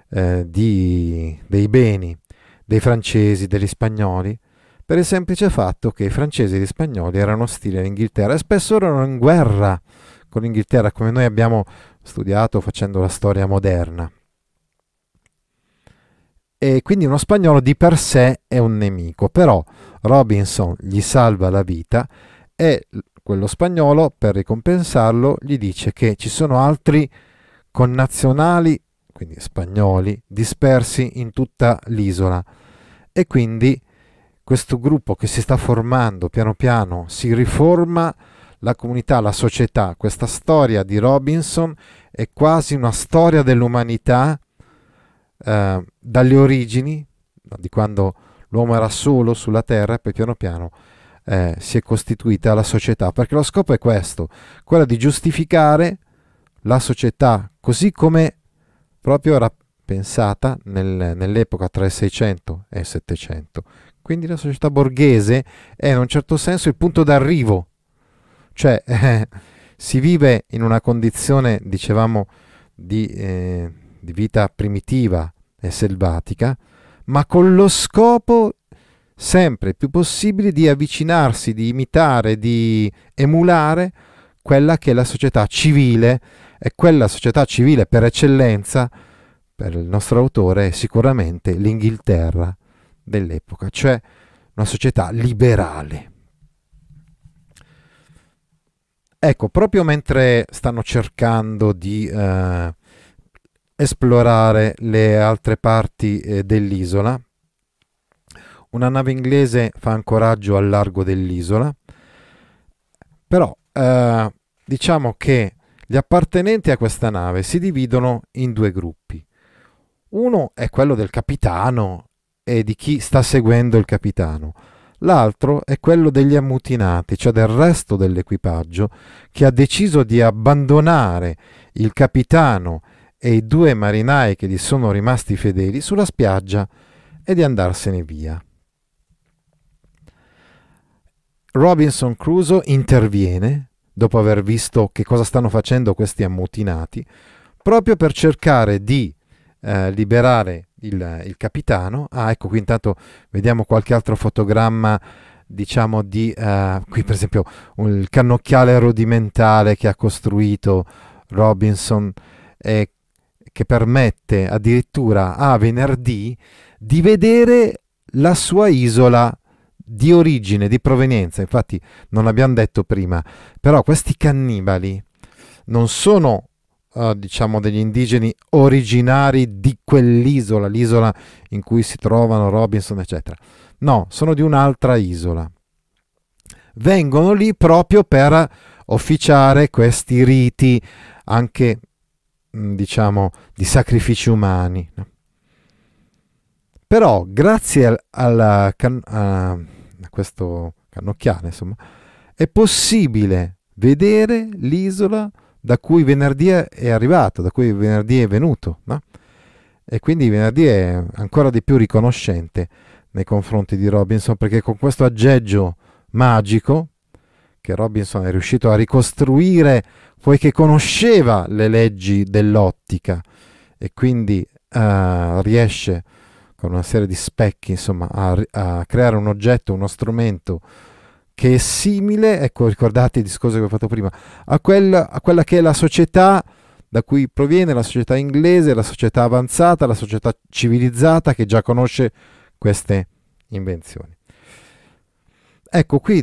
dei beni dei francesi, degli spagnoli, per il semplice fatto che i francesi e gli spagnoli erano ostili all'Inghilterra e spesso erano in guerra con l'Inghilterra, come noi abbiamo studiato facendo la storia moderna. E quindi uno spagnolo di per sé è un nemico, però Robinson gli salva la vita e quello spagnolo, per ricompensarlo, gli dice che ci sono altri connazionali, quindi spagnoli, dispersi in tutta l'isola, e quindi questo gruppo che si sta formando piano piano si riforma, la comunità, la società. Questa storia di Robinson è quasi una storia dell'umanità, dalle origini, di quando l'uomo era solo sulla terra, e poi piano piano si è costituita la società, perché lo scopo è questo, quello di giustificare la società così come proprio era pensata nell'epoca tra il 600 e il 700. Quindi la società borghese è in un certo senso il punto d'arrivo, cioè si vive in una condizione, dicevamo, di vita primitiva e selvatica, ma con lo scopo sempre più possibile di avvicinarsi, di imitare, di emulare quella che è la società civile, e quella società civile per eccellenza, per il nostro autore, è sicuramente l'Inghilterra dell'epoca, cioè una società liberale. Ecco, proprio mentre stanno cercando di esplorare le altre parti dell'isola, una nave inglese fa ancoraggio al largo dell'isola, però diciamo che gli appartenenti a questa nave si dividono in due gruppi. Uno è quello del capitano e di chi sta seguendo il capitano. L'altro è quello degli ammutinati, cioè del resto dell'equipaggio, che ha deciso di abbandonare il capitano e i due marinai che gli sono rimasti fedeli sulla spiaggia e di andarsene via. Robinson Crusoe interviene, dopo aver visto che cosa stanno facendo questi ammutinati, proprio per cercare di liberare il capitano. Ecco, qui intanto vediamo qualche altro fotogramma, diciamo di qui per esempio il cannocchiale rudimentale che ha costruito Robinson, che permette addirittura a venerdì di vedere la sua isola di origine, di provenienza. Infatti non l'abbiamo detto prima, però questi cannibali non sono diciamo degli indigeni originari di quell'isola, l'isola in cui si trovano Robinson eccetera, no, sono di un'altra isola, vengono lì proprio per officiare questi riti anche diciamo di sacrifici umani, no? Però grazie a questo cannocchiale, insomma, è possibile vedere l'isola da cui venerdì è arrivato, da cui venerdì è venuto, no? E quindi venerdì è ancora di più riconoscente nei confronti di Robinson, perché con questo aggeggio magico che Robinson è riuscito a ricostruire, poiché conosceva le leggi dell'ottica e quindi riesce con una serie di specchi, insomma, a creare un oggetto, uno strumento che è simile, ecco, ricordate il discorso che ho fatto prima, a quella che è la società da cui proviene, la società inglese, la società avanzata, la società civilizzata che già conosce queste invenzioni. Ecco, qui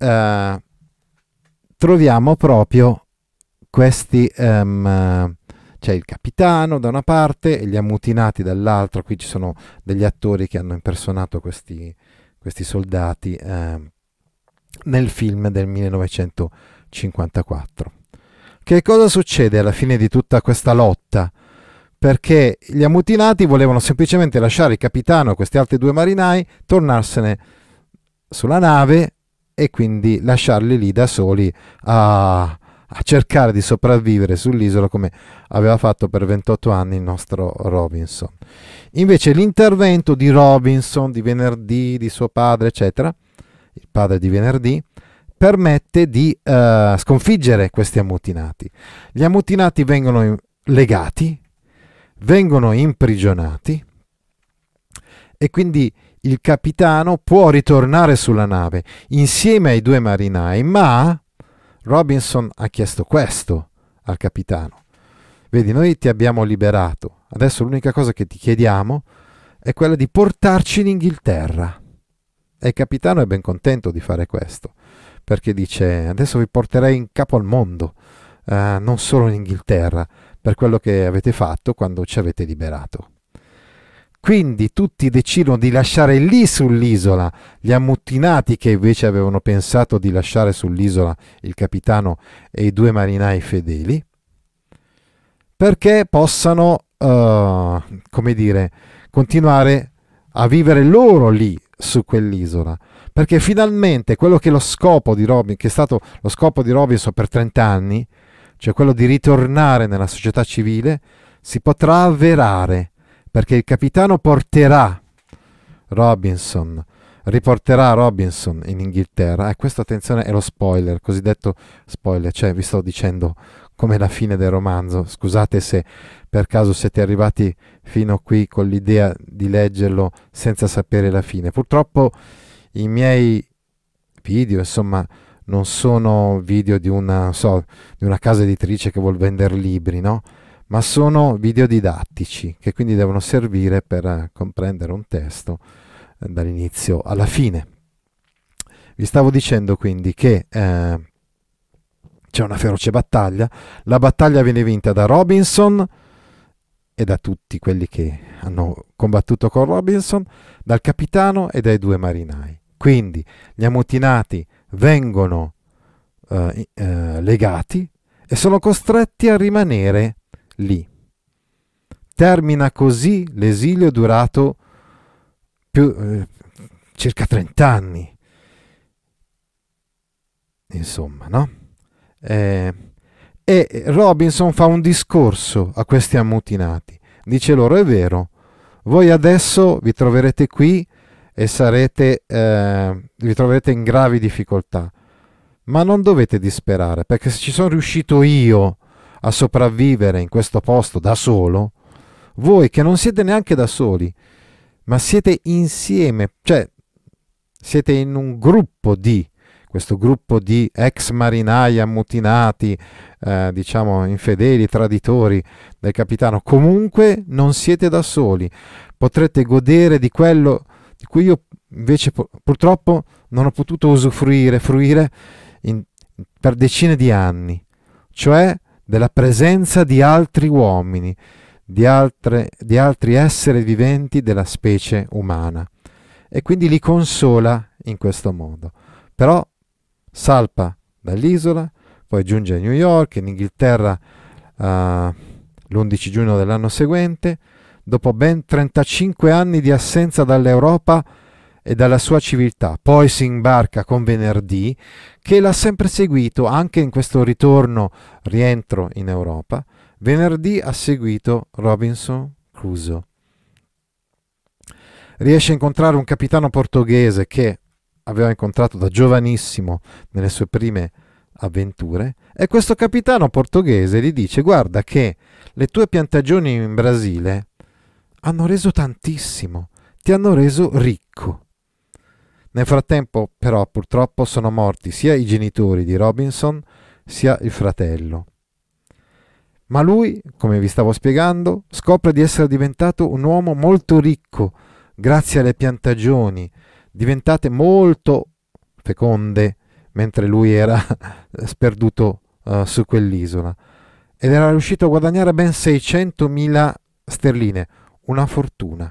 troviamo proprio questi, c'è il capitano da una parte e gli ammutinati dall'altra. Qui ci sono degli attori che hanno impersonato questi soldati nel film del 1954. Che cosa succede alla fine di tutta questa lotta? Perché gli ammutinati volevano semplicemente lasciare il capitano e questi altri due marinai, tornarsene sulla nave e quindi lasciarli lì da soli a cercare di sopravvivere sull'isola, come aveva fatto per 28 anni il nostro Robinson. Invece l'intervento di Robinson, di venerdì, di suo padre, eccetera, il padre di venerdì, permette di sconfiggere questi ammutinati. Gli ammutinati vengono legati, vengono imprigionati e quindi il capitano può ritornare sulla nave insieme ai 2 marinai, ma Robinson ha chiesto questo al capitano: vedi, noi ti abbiamo liberato, adesso l'unica cosa che ti chiediamo è quella di portarci in Inghilterra. E il capitano è ben contento di fare questo, perché dice: adesso vi porterei in capo al mondo, non solo in Inghilterra, per quello che avete fatto quando ci avete liberato. Quindi tutti decidono di lasciare lì sull'isola gli ammutinati che invece avevano pensato di lasciare sull'isola il capitano e i 2 marinai fedeli, perché possano, come dire, continuare a vivere loro lì su quell'isola. Perché finalmente quello che è lo scopo di che è stato lo scopo di Robinson per 30 anni, cioè quello di ritornare nella società civile, si potrà avverare, perché il capitano riporterà Robinson in Inghilterra. E questo, attenzione, è lo spoiler, cosiddetto spoiler, cioè vi sto dicendo come la fine del romanzo. Scusate se per caso siete arrivati fino qui con l'idea di leggerlo senza sapere la fine. Purtroppo i miei video, insomma, non sono video di una casa editrice che vuol vendere libri, no? Ma sono video didattici che quindi devono servire per comprendere un testo dall'inizio alla fine. Vi stavo dicendo quindi che c'è una feroce battaglia. La battaglia viene vinta da Robinson e da tutti quelli che hanno combattuto con Robinson, dal capitano e dai 2 marinai. Quindi gli ammutinati vengono legati e sono costretti a rimanere lì. Termina così l'esilio durato circa 30 anni. Insomma, no? E Robinson fa un discorso a questi ammutinati. Dice loro: è vero, voi adesso vi troverete qui e vi troverete in gravi difficoltà, ma non dovete disperare, perché se ci sono riuscito io a sopravvivere in questo posto da solo, voi che non siete neanche da soli, ma siete insieme, cioè siete in un questo gruppo di ex marinai ammutinati, diciamo infedeli, traditori del capitano, comunque non siete da soli, potrete godere di quello di cui io invece purtroppo non ho potuto fruire per decine di anni, cioè della presenza di altri uomini, di altri esseri viventi della specie umana, e quindi li consola in questo modo. Però salpa dall'isola, poi giunge a New York, in Inghilterra, l'11 giugno dell'anno seguente, dopo ben 35 anni di assenza dall'Europa e dalla sua civiltà. Poi si imbarca con Venerdì, che l'ha sempre seguito anche in questo rientro in Europa. Venerdì ha seguito Robinson Crusoe. Riesce a incontrare un capitano portoghese che aveva incontrato da giovanissimo nelle sue prime avventure, e questo capitano portoghese gli dice: guarda che le tue piantagioni in Brasile hanno reso tantissimo, ti hanno reso ricco. Nel frattempo però purtroppo sono morti sia i genitori di Robinson sia il fratello. Ma lui, come vi stavo spiegando, scopre di essere diventato un uomo molto ricco grazie alle piantagioni, diventate molto feconde mentre lui era sperduto su quell'isola, ed era riuscito a guadagnare ben 600.000 sterline, una fortuna.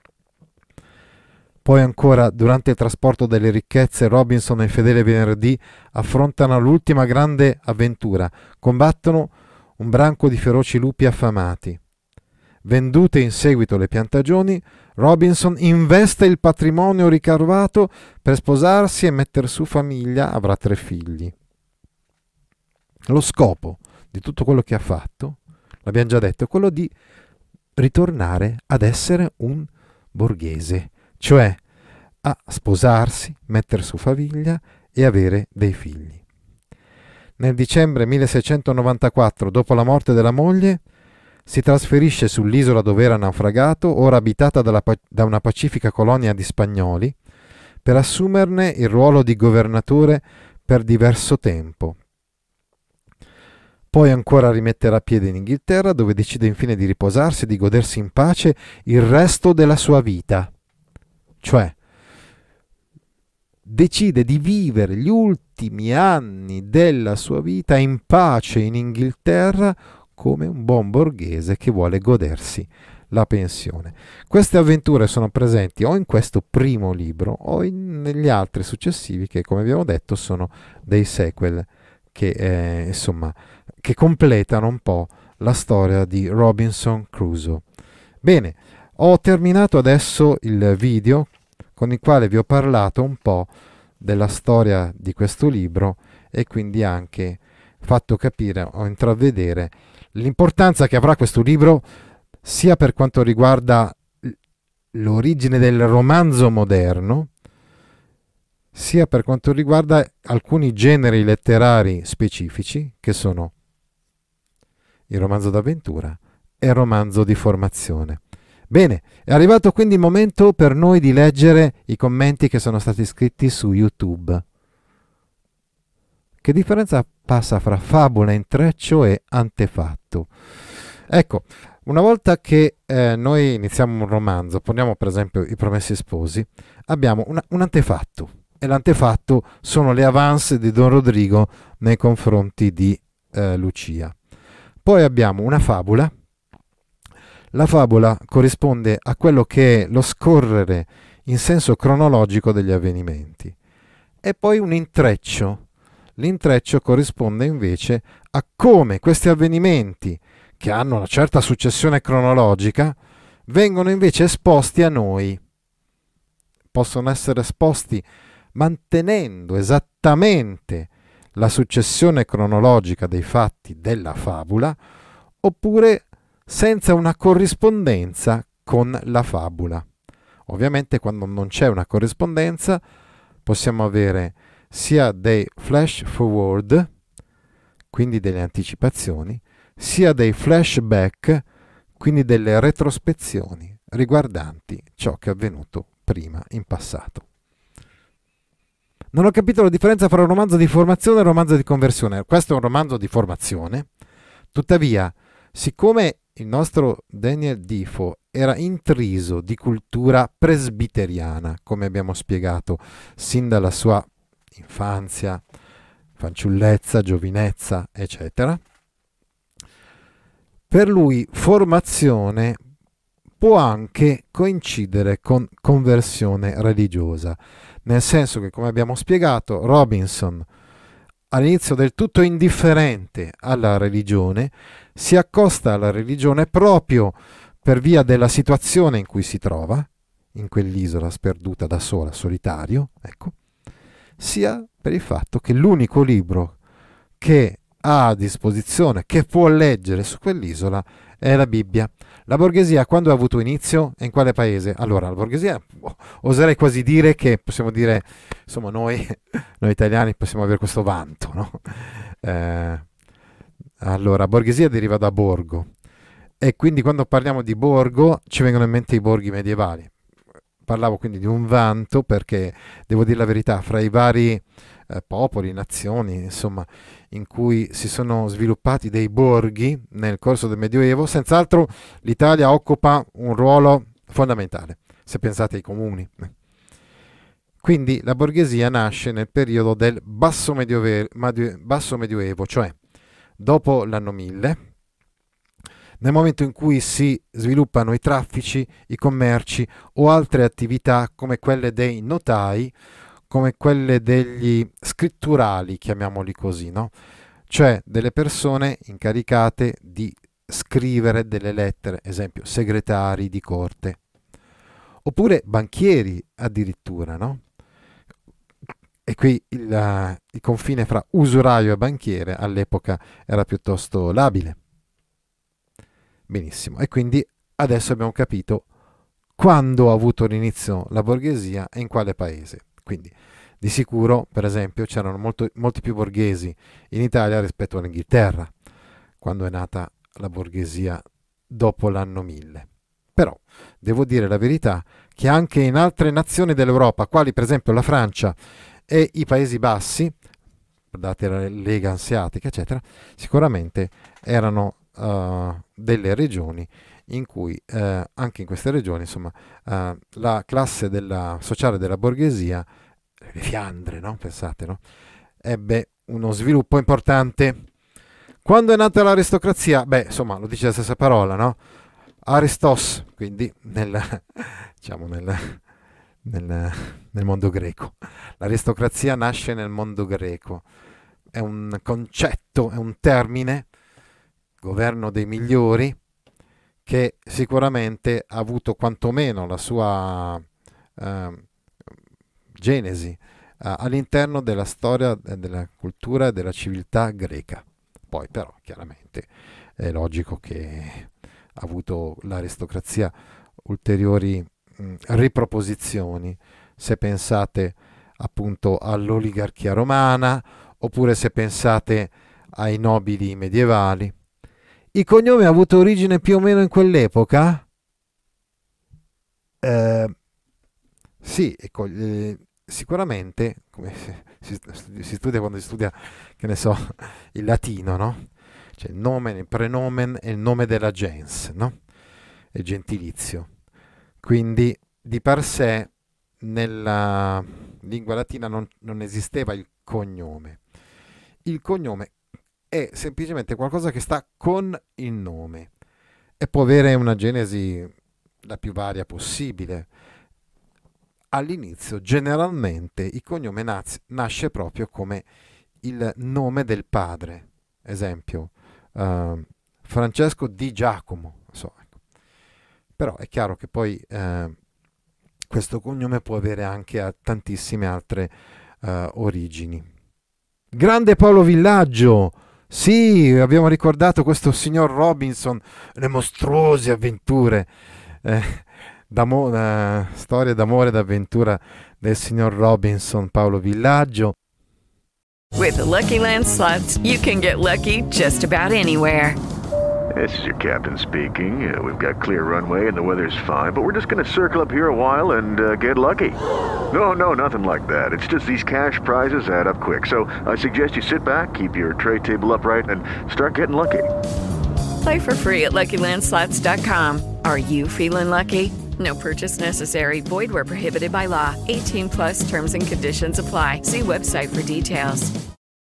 Poi ancora, durante il trasporto delle ricchezze, Robinson e il fedele Venerdì affrontano l'ultima grande avventura, combattono un branco di feroci lupi affamati. Vendute in seguito le piantagioni, Robinson investe il patrimonio ricavato per sposarsi e mettere su famiglia. Avrà 3 figli. Lo scopo di tutto quello che ha fatto, l'abbiamo già detto, è quello di ritornare ad essere un borghese, cioè a sposarsi, mettere su famiglia e avere dei figli. Nel dicembre 1694, dopo la morte della moglie, si trasferisce sull'isola dove era naufragato, ora abitata da una pacifica colonia di spagnoli, per assumerne il ruolo di governatore per diverso tempo. Poi ancora rimetterà piede in Inghilterra, dove decide infine di riposarsi e di godersi in pace il resto della sua vita. Cioè, decide di vivere gli ultimi anni della sua vita in pace in Inghilterra come un buon borghese che vuole godersi la pensione. Queste avventure sono presenti o in questo primo libro o negli altri successivi che, come abbiamo detto, sono dei sequel che, che completano un po' la storia di Robinson Crusoe. Bene, ho terminato adesso il video con il quale vi ho parlato un po' della storia di questo libro e quindi anche fatto capire o intravedere l'importanza che avrà questo libro sia per quanto riguarda l'origine del romanzo moderno, sia per quanto riguarda alcuni generi letterari specifici che sono il romanzo d'avventura e il romanzo di formazione. Bene, è arrivato quindi il momento per noi di leggere i commenti che sono stati scritti su YouTube. Che differenza passa fra fabula, intreccio e antefatto? Ecco, una volta che noi iniziamo un romanzo, poniamo per esempio I Promessi Sposi, abbiamo un antefatto, e l'antefatto sono le avance di Don Rodrigo nei confronti di Lucia. Poi abbiamo una fabula. La fabula corrisponde a quello che è lo scorrere in senso cronologico degli avvenimenti. E poi un intreccio. L'intreccio corrisponde invece a come questi avvenimenti, che hanno una certa successione cronologica, vengono invece esposti a noi. Possono essere esposti mantenendo esattamente la successione cronologica dei fatti della fabula, oppure senza una corrispondenza con la fabula. Ovviamente quando non c'è una corrispondenza possiamo avere sia dei flash forward, quindi delle anticipazioni, sia dei flashback, quindi delle retrospezioni riguardanti ciò che è avvenuto prima in passato. Non ho capito la differenza fra un romanzo di formazione e un romanzo di conversione. Questo è un romanzo di formazione, tuttavia, siccome il nostro Daniel Defoe era intriso di cultura presbiteriana, come abbiamo spiegato, sin dalla sua infanzia, fanciullezza, giovinezza, eccetera, per lui formazione può anche coincidere con conversione religiosa, nel senso che, come abbiamo spiegato, Robinson, all'inizio del tutto indifferente alla religione, si accosta alla religione proprio per via della situazione in cui si trova, in quell'isola sperduta da sola, solitario, ecco, sia per il fatto che l'unico libro che ha a disposizione, che può leggere su quell'isola, è la Bibbia. La borghesia quando ha avuto inizio e in quale paese? Allora, la borghesia, oserei quasi dire che possiamo dire, insomma, noi italiani possiamo avere questo vanto, no? Allora, borghesia deriva da borgo, e quindi quando parliamo di borgo ci vengono in mente i borghi medievali. Parlavo quindi di un vanto perché, devo dire la verità, fra i vari popoli, nazioni, insomma, in cui si sono sviluppati dei borghi nel corso del Medioevo, senz'altro l'Italia occupa un ruolo fondamentale, se pensate ai comuni. Quindi la borghesia nasce nel periodo del basso medioevo, cioè dopo l'anno 1000, nel momento in cui si sviluppano i traffici, i commerci o altre attività come quelle dei notai, come quelle degli scritturali, chiamiamoli così, no? Cioè delle persone incaricate di scrivere delle lettere, esempio segretari di corte, oppure banchieri addirittura, no? E qui il confine fra usuraio e banchiere all'epoca era piuttosto labile. Benissimo, e quindi adesso abbiamo capito quando ha avuto l'inizio la borghesia e in quale paese. Quindi di sicuro, per esempio, c'erano molti più borghesi in Italia rispetto all'Inghilterra, quando è nata la borghesia dopo l'anno 1000. Però devo dire la verità che anche in altre nazioni dell'Europa, quali per esempio la Francia e i Paesi Bassi, date la Lega Anseatica, eccetera, sicuramente erano delle regioni in cui anche in queste regioni, insomma, la classe sociale della borghesia, le Fiandre, no? Pensate, no? Ebbe uno sviluppo importante. Quando è nata l'aristocrazia? Beh, insomma, lo dice la stessa parola, no? Aristos, quindi nel mondo greco. L'aristocrazia nasce nel mondo greco. È un concetto, è un termine, governo dei migliori, che sicuramente ha avuto quantomeno la sua genesi all'interno della storia, della cultura e della civiltà greca. Poi però chiaramente è logico che ha avuto l'aristocrazia ulteriori riproposizioni, se pensate appunto all'oligarchia romana, oppure se pensate ai nobili medievali. Il cognome ha avuto origine più o meno in quell'epoca? Sì, sicuramente, come si studia quando si studia, che ne so, il latino, no? C'è il nome, il prenomen e il nome della gens, no? È gentilizio. Quindi di per sé nella lingua latina non esisteva il cognome. Il cognome è semplicemente qualcosa che sta con il nome e può avere una genesi la più varia possibile. All'inizio generalmente il cognome nasce proprio come il nome del padre, esempio Francesco di Giacomo, ecco. Però è chiaro che poi questo cognome può avere anche tantissime altre origini. Grande Paolo Villaggio, sì, abbiamo ricordato questo signor Robinson, le mostruose avventure, storia d'amore e d'avventura del signor Robinson, Paolo Villaggio. With the Lucky Land Slots, you can get lucky just about anywhere. This is your captain speaking. We've got clear runway and the weather's fine, but we're just going to circle up here a while and get lucky. No, nothing like that. It's just these cash prizes add up quick. So I suggest you sit back, keep your tray table upright, and start getting lucky. Play for free at LuckyLandSlots.com. Are you feeling lucky? No purchase necessary. Void where prohibited by law. 18+ terms and conditions apply. See website for details.